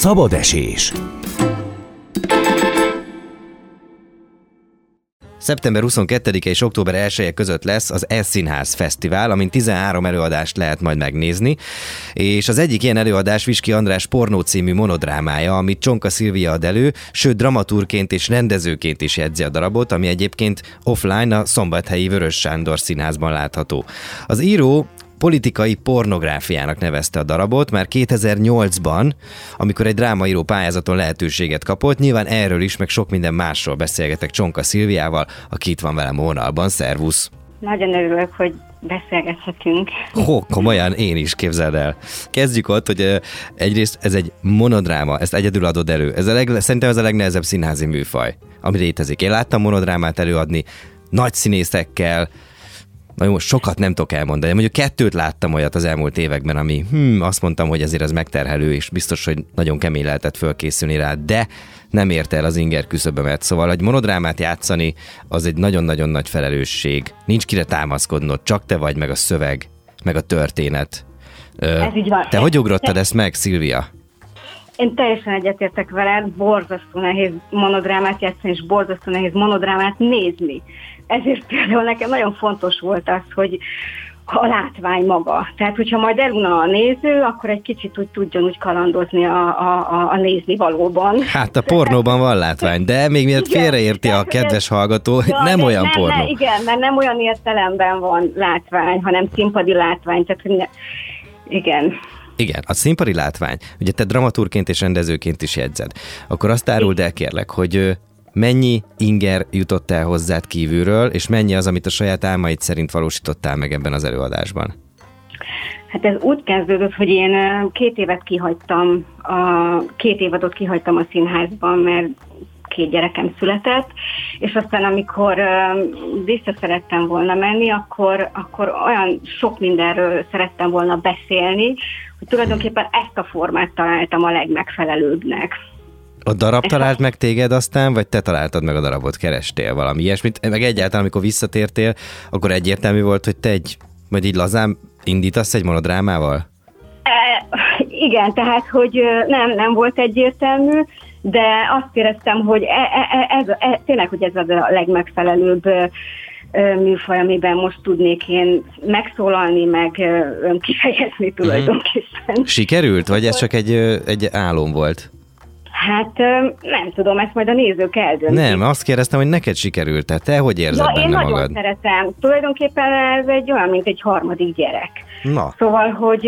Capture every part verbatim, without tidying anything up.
Szabadesés. szeptember huszonkettedike és október elseje között lesz az E-Színház Fesztivál, amin tizenhárom előadást lehet majd megnézni, és az egyik ilyen előadás Viski András Pornó című monodrámája, amit Csonka Szilvia ad elő, sőt dramaturgként és rendezőként is jegyzi a darabot, ami egyébként offline a Szombathelyi Vörös Sándor Színházban látható. Az író politikai pornográfiának nevezte a darabot már kétezer-nyolcban, amikor egy drámaíró pályázaton lehetőséget kapott. Nyilván erről is, meg sok minden másról beszélgetek Csonka Szilviával, aki itt van velem a vonalban. Szervusz! Nagyon örülök, hogy beszélgethetünk. Hó, komolyan, én is, képzeld el. Kezdjük ott, hogy egyrészt ez egy monodráma, ezt egyedül adod elő. Ez a leg, szerintem ez a legnehezebb színházi műfaj, ami létezik. Én láttam monodrámát előadni nagy színészekkel. Na jó, sokat nem tudok elmondani. Mondjuk kettőt láttam olyat az elmúlt években, ami hm, azt mondtam, hogy azért ez megterhelő, és biztos, hogy nagyon kemény lehetett fölkészülni rá, de nem érte el az inger küszöbömet. Szóval, hogy monodrámát játszani, az egy nagyon-nagyon nagy felelősség. Nincs kire támaszkodnod, csak te vagy, meg a szöveg, meg a történet. Ez így van. Te hogy ugrottad ezt meg, Szilvia? Én teljesen egyetértek veled, borzasztó nehéz monodrámát játszani, és borzasztó nehéz monodrámát nézni. Ezért például nekem nagyon fontos volt az, hogy a látvány maga. Tehát, hogyha majd elunna a néző, akkor egy kicsit úgy tudjon úgy kalandozni a, a, a nézni valóban. Hát a pornóban van látvány, de még miért félreérti a kedves hallgató, ja, nem olyan nem, pornó. Nem, igen, mert nem olyan értelemben van látvány, hanem színpadi látvány. Tehát, ne, igen. Igen, a színpadi látvány, ugye te dramaturgként és rendezőként is jegyzed. Akkor azt áruld el, kérlek, hogy mennyi inger jutott el hozzád kívülről, és mennyi az, amit a saját álmaid szerint valósítottál meg ebben az előadásban? Hát ez úgy kezdődött, hogy én két évet kihagytam, a, két évadot kihagytam a színházban, mert két gyerekem született, és aztán amikor uh, vissza szerettem volna menni, akkor, akkor olyan sok mindenről szerettem volna beszélni, hogy tulajdonképpen ezt a formát találtam a legmegfelelőbbnek. A darab talált meg téged aztán, vagy te találtad meg a darabot, kerestél valami ilyesmit? Meg egyáltalán, amikor visszatértél, akkor egyértelmű volt, hogy te egy, vagy így lazán indítasz egy monodrámával? E, igen, tehát, hogy nem, nem volt egyértelmű, de azt éreztem, hogy e, e, ez, e, tényleg, hogy ez a legmegfelelőbb műfaj, amiben most tudnék én megszólalni, meg önkifejezni tulajdonképpen. Sikerült, vagy ez csak egy, egy álom volt? Hát nem tudom, ezt majd a nézők eldöntik. Nem, azt kérdeztem, hogy neked sikerült, tehát te hogy érzed ja, benne én magad? Én nagyon szeretem. Tulajdonképpen ez egy olyan, mint egy harmadik gyerek. Na. Szóval, hogy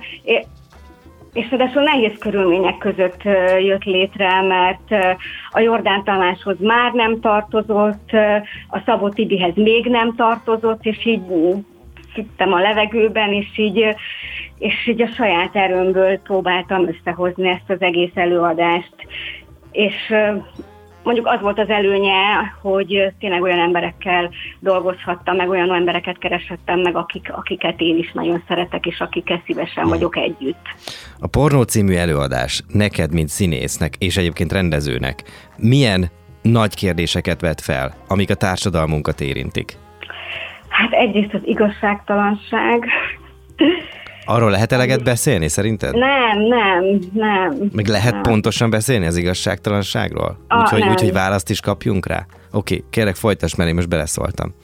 és ráadásul nehéz körülmények között jött létre, mert a Jordán Tamáshoz már nem tartozott, a Szabó Tibihez még nem tartozott, és így fügtem a levegőben, és így, és így a saját erőmből próbáltam összehozni ezt az egész előadást. És mondjuk az volt az előnye, hogy tényleg olyan emberekkel dolgozhattam, meg olyan embereket kereshettem meg, akik, akiket én is nagyon szeretek, és akikkel szívesen vagyok együtt. A Pornó című előadás neked, mint színésznek, és egyébként rendezőnek, milyen nagy kérdéseket vet fel, amik a társadalmunkat érintik? Hát egyrészt az igazságtalanság. Arról lehet eleget beszélni, szerinted? Nem, nem, nem. Meg lehet nem. pontosan beszélni az igazságtalanságról? Úgyhogy úgy, hogy választ is kapjunk rá? Oké, okay, kérlek folytasd, mert én most beleszóltam.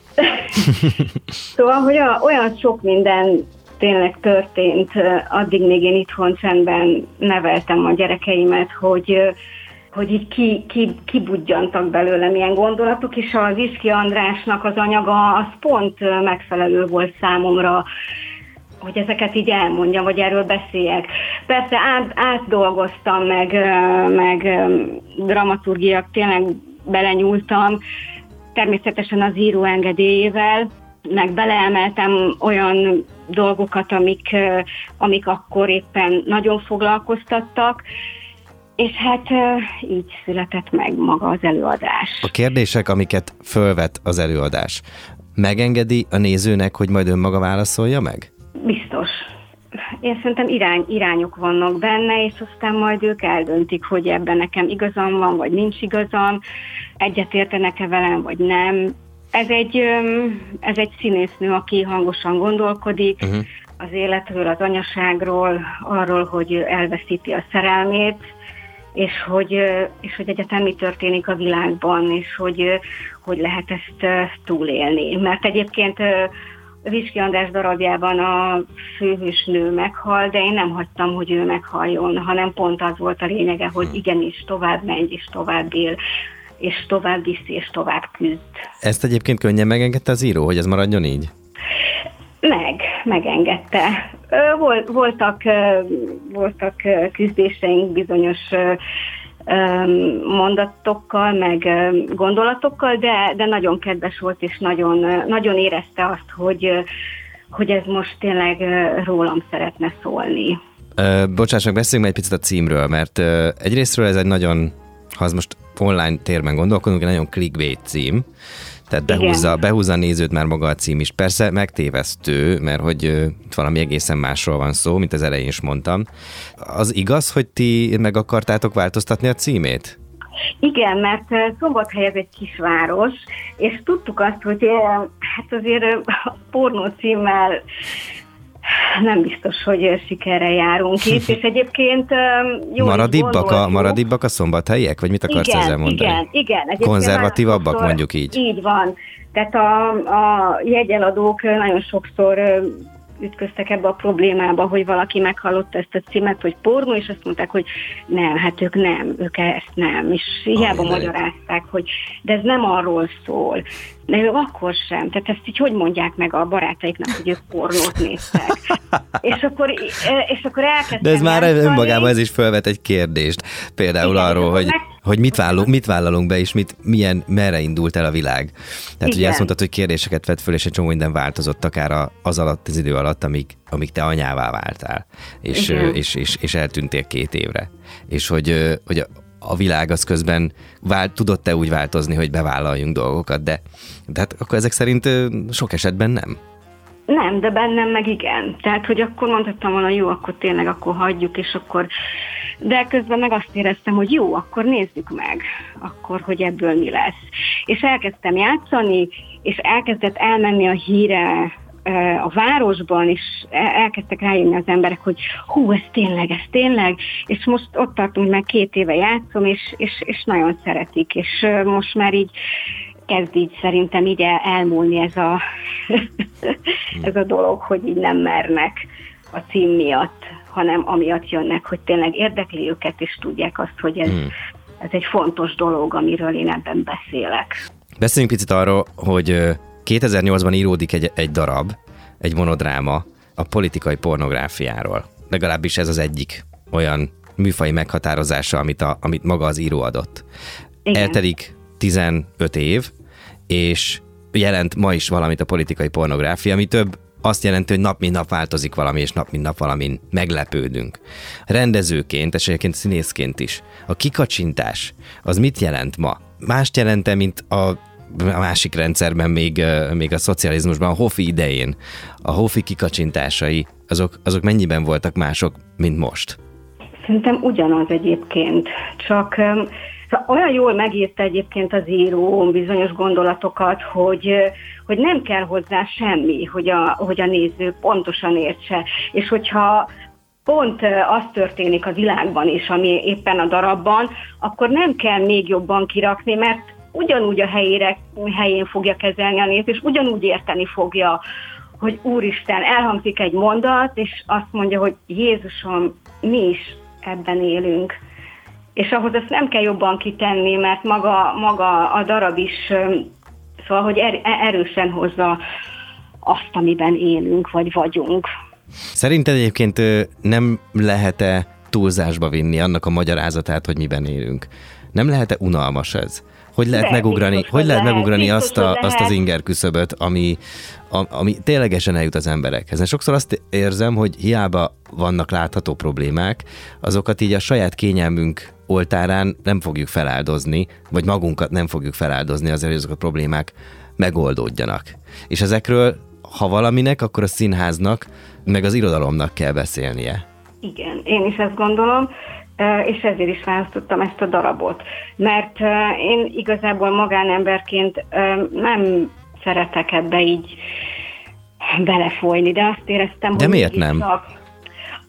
Szóval, hogy olyan sok minden tényleg történt, addig még én itthon csendben neveltem a gyerekeimet, hogy hogy így ki, ki, kibudjantak belőlem ilyen gondolatok, és az Viski Andrásnak az anyaga az pont megfelelő volt számomra, hogy ezeket így elmondjam, vagy erről beszéljek. Persze át, átdolgoztam, meg, meg dramaturgiak, tényleg belenyúltam, természetesen az író engedélyével, meg beleemeltem olyan dolgokat, amik, amik akkor éppen nagyon foglalkoztattak, és hát így született meg maga az előadás. A kérdések, amiket fölvet az előadás, megengedi a nézőnek, hogy majd önmaga válaszolja meg? Biztos. Én szerintem irány, irányok vannak benne, és aztán majd ők eldöntik, hogy ebben nekem igazam van, vagy nincs igazam, egyetértenek-e velem, vagy nem. Ez egy, ez egy színésznő, aki hangosan gondolkodik, uh-huh. az életről, az anyaságról, arról, hogy elveszíti a szerelmét, és hogy, és hogy egyetem mi történik a világban, és hogy, hogy lehet ezt túlélni. Mert egyébként Viski András darabjában a főhősnő meghal, de én nem hagytam, hogy ő meghaljon, hanem pont az volt a lényege, hogy igenis tovább menj, és tovább él, és tovább viszi, és tovább küzd. Ezt egyébként könnyen megengedte az író, hogy ez maradjon így? Meg, megengedte. Volt, voltak, voltak küzdéseink bizonyos mondatokkal, meg gondolatokkal, de, de nagyon kedves volt, és nagyon, nagyon érezte azt, hogy, hogy ez most tényleg rólam szeretne szólni. Bocsássak, beszéljünk egy picit a címről, mert egyrésztről ez egy nagyon, ha az most online térben gondolkodunk, egy nagyon clickbait cím, tehát behúzza, behúzza a nézőt már maga a cím is. Persze megtévesztő, mert hogy itt valami egészen másról van szó, mint az elején is mondtam. Az igaz, hogy ti meg akartátok változtatni a címét? Igen, mert Szombathely ez egy kisváros, és tudtuk azt, hogy hát azért a pornó címmel nem biztos, hogy sikerrel járunk itt, és egyébként jó maradibbak a, maradibbak a szombathelyiek, vagy mit akarsz igen, ezzel mondani? Igen, igen. Konzervatívabbak, sokszor, mondjuk így. Így van. Tehát a, a jegyeladók nagyon sokszor ütköztek ebbe a problémába, hogy valaki meghallotta ezt a címet, hogy pornó, és azt mondták, hogy nem, hát ők nem, ők ezt nem, és hiába ah, magyarázták, hogy de ez nem arról szól. De ők akkor sem. Tehát ezt így hogy mondják meg a barátaiknak, hogy ők pornót néztek. és, akkor, és akkor elkezdtem De ez már játszani. önmagában ez is felvet egy kérdést. Például igen, arról, hogy, meg... hogy mit, vállalunk, mit vállalunk be, és mit, milyen, merre indult el a világ. Tehát ugye azt mondtad, hogy kérdéseket vett föl, és egy csomó minden változott akár az alatt, az idő alatt, amíg, amíg te anyává váltál, és, és, és, és eltűntél két évre. És hogy, hogy a, a világ az közben vált, tudott-e úgy változni, hogy bevállaljunk dolgokat, de, de hát akkor ezek szerint sok esetben nem. Nem, de bennem meg igen. Tehát, hogy akkor mondhattam volna, jó, akkor tényleg akkor hagyjuk, és akkor... De közben meg azt éreztem, hogy jó, akkor nézzük meg, akkor, hogy ebből mi lesz. És elkezdtem játszani, és elkezdett elmenni a híre a városban, és elkezdtek rájönni az emberek, hogy hú, ez tényleg, ez tényleg, és most ott tartunk, hogy már két éve játszom, és, és, és nagyon szeretik, és most már így kezd így szerintem így elmúlni ez a, ez a dolog, hogy így nem mernek a cím miatt, hanem amiatt jönnek, hogy tényleg érdekli őket, és tudják azt, hogy ez, hmm. ez egy fontos dolog, amiről én ebben beszélek. Beszéljünk picit arról, hogy kétezer-nyolcban íródik egy, egy darab, egy monodráma a politikai pornográfiáról. Legalábbis ez az egyik olyan műfai meghatározása, amit, a, amit maga az író adott. Igen. Eltelik tizenöt év, és jelent ma is valamit a politikai pornográfia, ami több azt jelenti, hogy nap mint nap változik valami, és nap mint nap valamin meglepődünk. Rendezőként, és egyébként színészként is. A kikacsintás, az mit jelent ma? Mást jelent-e, mint a a másik rendszerben, még, még a szocializmusban, a Hofi idején, a Hofi kikacsintásai, azok, azok mennyiben voltak mások, mint most? Szerintem ugyanaz egyébként, csak szóval olyan jól megírta egyébként az író bizonyos gondolatokat, hogy, hogy nem kell hozzá semmi, hogy a, hogy a néző pontosan értse, és hogyha pont az történik a világban is, ami éppen a darabban, akkor nem kell még jobban kirakni, mert ugyanúgy a helyére, helyén fogja kezelni a néző, és ugyanúgy érteni fogja, hogy Úristen, elhangzik egy mondat, és azt mondja, hogy Jézusom, mi is ebben élünk. És ahhoz ezt nem kell jobban kitenni, mert maga, maga a darab is, szóval, hogy er, erősen hozza azt, amiben élünk, vagy vagyunk. Szerinted egyébként nem lehet-e túlzásba vinni annak a magyarázatát, hogy miben élünk? Nem lehet-e unalmas ez? Hogy lehet de, megugrani, biztos, hogy lehet, lehet megugrani azt, a, azt az inger küszöböt, ami, a, ami ténylegesen eljut az emberekhez. Sokszor azt érzem, hogy hiába vannak látható problémák, azokat így a saját kényelmünk oltárán nem fogjuk feláldozni, vagy magunkat nem fogjuk feláldozni azért, hogy azok a problémák megoldódjanak. És ezekről, ha valaminek, akkor a színháznak, meg az irodalomnak kell beszélnie. Igen, én is ezt gondolom, és ezért is választottam ezt a darabot. Mert én igazából magánemberként nem szeretek ebbe így belefolyni, de azt éreztem, de hogy... miért nem? Csak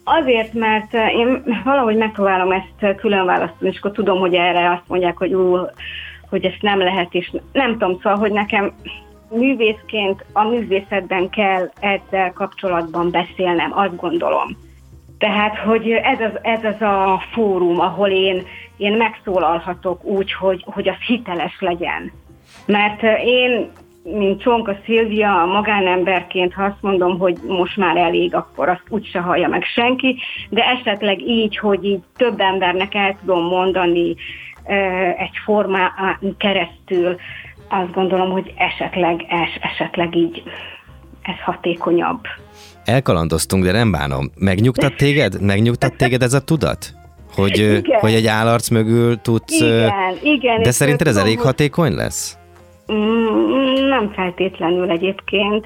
Azért, mert én valahogy megpróbálom ezt külön választani, és akkor tudom, hogy erre azt mondják, hogy ú, hogy ezt nem lehet, és nem tudom, szóval, hogy nekem művészként a művészetben kell ezzel kapcsolatban beszélnem, azt gondolom. Tehát, hogy ez az, ez az a fórum, ahol én, én megszólalhatok úgy, hogy, hogy az hiteles legyen. Mert én, mint Csonka Szilvia, magánemberként, ha azt mondom, hogy most már elég, akkor azt úgyse hallja meg senki, de esetleg így, hogy így több embernek el tudom mondani egy formán keresztül, azt gondolom, hogy esetleg, es, esetleg így ez hatékonyabb. Elkalandoztunk, de nem bánom. Megnyugtat téged? Megnyugtat téged ez a tudat? Hogy, hogy egy állarc mögül tudsz... Igen, igen. De szerinted ez elég hatékony lesz? Nem feltétlenül egyébként,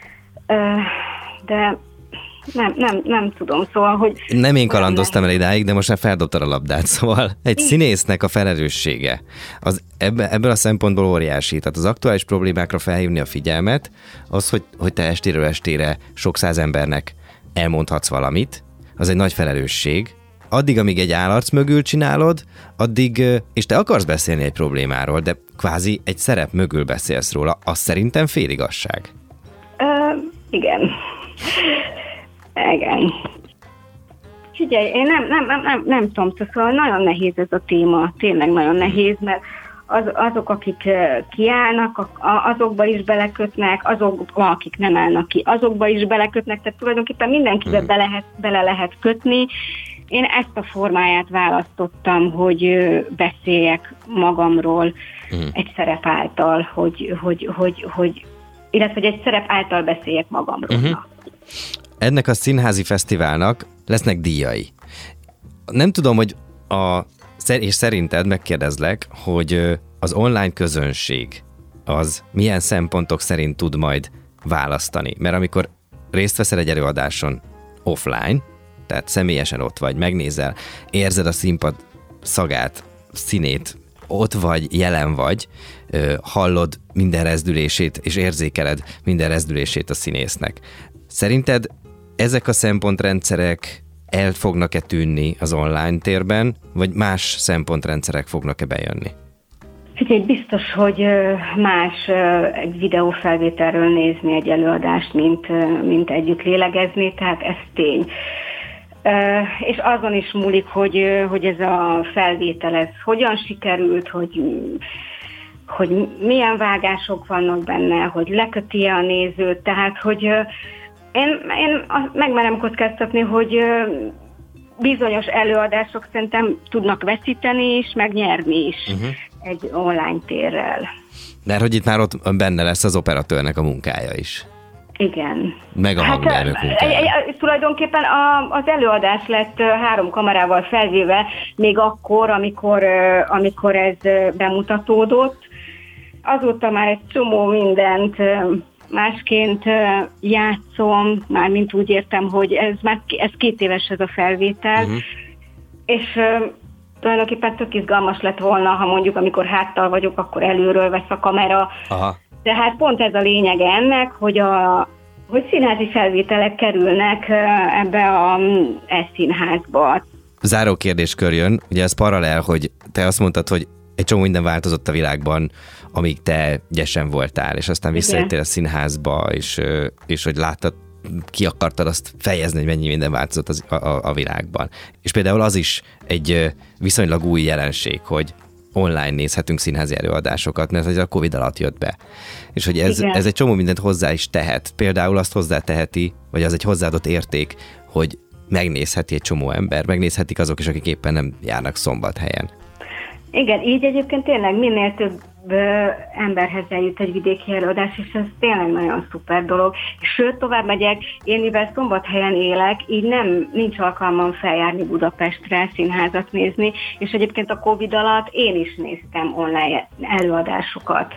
de nem, nem, nem tudom, szóval, hogy... Nem én kalandoztam el idáig, de most már feldobtad a labdát, szóval egy színésznek a felelőssége az ebbe, ebből a szempontból óriási. Tehát az aktuális problémákra felhívni a figyelmet, az, hogy, hogy te estéről estére sok száz embernek elmondhatsz valamit, az egy nagy felelősség. Addig, amíg egy állarc mögül csinálod, addig, és te akarsz beszélni egy problémáról, de kvázi egy szerep mögül beszélsz róla, az szerintem féligazság. Uh, igen. Igen. Figyelj, én nem, nem, nem, nem, nem tudom, szóval nagyon nehéz ez a téma, tényleg nagyon nehéz, mert az, azok, akik kiállnak, azokba is belekötnek, azok, akik nem állnak ki, azokba is belekötnek, tehát tulajdonképpen mindenkibe hmm. bele, bele lehet kötni. Én ezt a formáját választottam, hogy beszéljek magamról hmm. egy szerep által, hogy, hogy, hogy, hogy, illetve hogy egy szerep által beszéljek magamról. Hmm. Ennek a színházi fesztiválnak lesznek díjai. Nem tudom, hogy a, és szerinted megkérdezlek, hogy az online közönség az milyen szempontok szerint tud majd választani. Mert amikor részt veszel egy előadáson offline, tehát személyesen ott vagy, megnézel, érzed a színpad szagát, színét, ott vagy, jelen vagy, hallod minden rezdülését, és érzékeled minden rezdülését a színésznek. Szerinted ezek a szempontrendszerek el fognak-e tűnni az online térben, vagy más szempontrendszerek fognak-e bejönni? Figyelj, biztos, hogy más egy videófelvételről nézni egy előadást, mint, mint együtt lélegezni, tehát ez tény. És azon is múlik, hogy, hogy ez a felvétel ez hogyan sikerült, hogy, hogy milyen vágások vannak benne, hogy leköti-e a nézőt, tehát hogy én, én megmerem kockáztatni, hogy bizonyos előadások szerintem tudnak veszíteni is, meg nyerni is uh-huh. egy online térrel. Mert hogy itt már ott benne lesz az operatőrnek a munkája is. Igen. Meg a hát, hangmérnök munkája. Tulajdonképpen a, az előadás lett három kamerával felvéve még akkor, amikor, amikor ez bemutatódott. Azóta már egy csomó mindent másként játszom, mármint úgy értem, hogy ez már ez két éves ez a felvétel, uh-huh. és uh, tulajdonképpen tök izgalmas lett volna, ha mondjuk amikor háttal vagyok, akkor előről vesz a kamera. Aha. Tehát pont ez a lényeg ennek, hogy a hogy színházi felvételek kerülnek ebbe a e-színházba. Záró kérdéskör jön, ugye ez paralel, hogy te azt mondtad, hogy egy csomó minden változott a világban, amíg te gyesen voltál, és aztán visszajöttél a színházba, és, és hogy láttad, ki akartad azt fejezni, hogy mennyi minden változott az, a, a, a világban. És például az is egy viszonylag új jelenség, hogy online nézhetünk színházi előadásokat, mert ez a Covid alatt jött be. És hogy ez, ez egy csomó mindent hozzá is tehet. Például azt hozzáteheti, vagy az egy hozzáadott érték, hogy megnézheti egy csomó ember, megnézhetik azok is, akik éppen nem járnak Szombathelyen. Igen, így egyébként tényleg minél több emberhez eljut egy vidéki előadás, és ez tényleg nagyon szuper dolog. Sőt, tovább megyek, én mivel Szombathelyen élek, így nem nincs alkalmam feljárni Budapestre, színházat nézni, és egyébként a Covid alatt én is néztem online előadásokat.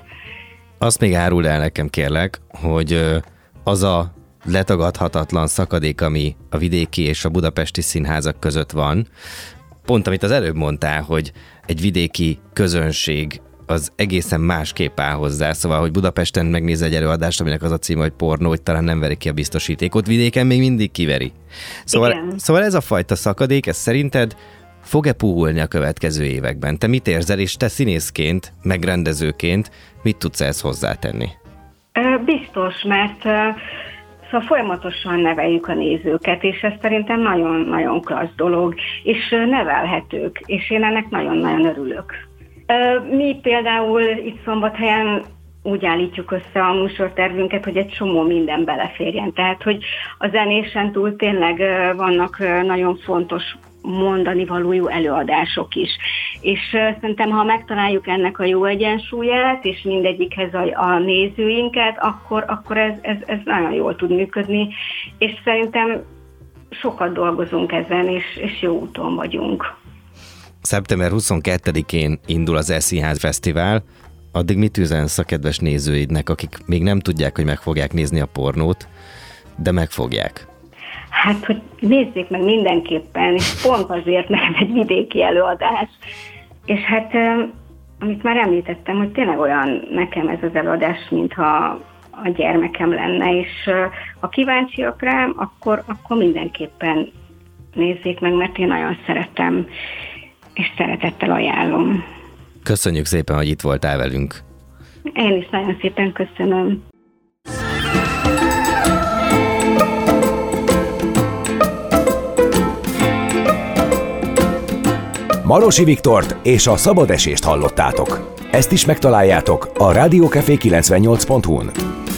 Azt még áruld el nekem, kérlek, hogy az a letagadhatatlan szakadék, ami a vidéki és a budapesti színházak között van, pont amit az előbb mondtál, hogy egy vidéki közönség az egészen másképp áll hozzá, szóval, hogy Budapesten megnéz egy előadást, aminek az a címe, hogy pornó, hogy talán nem veri ki a biztosítékot, vidéken még mindig kiveri. Szóval, szóval ez a fajta szakadék, ez szerinted fog-e puhulni a következő években? Te mit érzel, és te színészként, meg rendezőként mit tudsz ehhez hozzátenni? Biztos, mert szóval folyamatosan neveljük a nézőket, és ez szerintem nagyon-nagyon klassz dolog, és nevelhetők, és én ennek nagyon-nagyon örülök. Mi például itt Szombathelyen úgy állítjuk össze a műsortervünket, hogy egy csomó minden beleférjen. Tehát, hogy a zenésen túl tényleg vannak nagyon fontos mondani valójú előadások is. És szerintem, ha megtaláljuk ennek a jó egyensúlyát, és mindegyikhez a, a nézőinket, akkor, akkor ez, ez, ez nagyon jól tud működni, és szerintem sokat dolgozunk ezen, és, és jó úton vagyunk. szeptember huszonkettedikén indul az E-Színház Fesztivál. Addig mit üzensz a kedves nézőidnek, akik még nem tudják, hogy meg fogják nézni a pornót, de megfogják? Hát, hogy nézzék meg mindenképpen, és pont azért, mert egy vidéki előadás. És hát, amit már említettem, hogy tényleg olyan nekem ez az előadás, mintha a gyermekem lenne, és ha kíváncsiak rám, akkor, akkor mindenképpen nézzék meg, mert én nagyon szeretem, és szeretettel ajánlom. Köszönjük szépen, hogy itt voltál velünk. Én is nagyon szépen köszönöm. Marosi Viktort és a Szabad Esést hallottátok. Ezt is megtaláljátok a rádiókafé kilencvennyolc pont hu-n.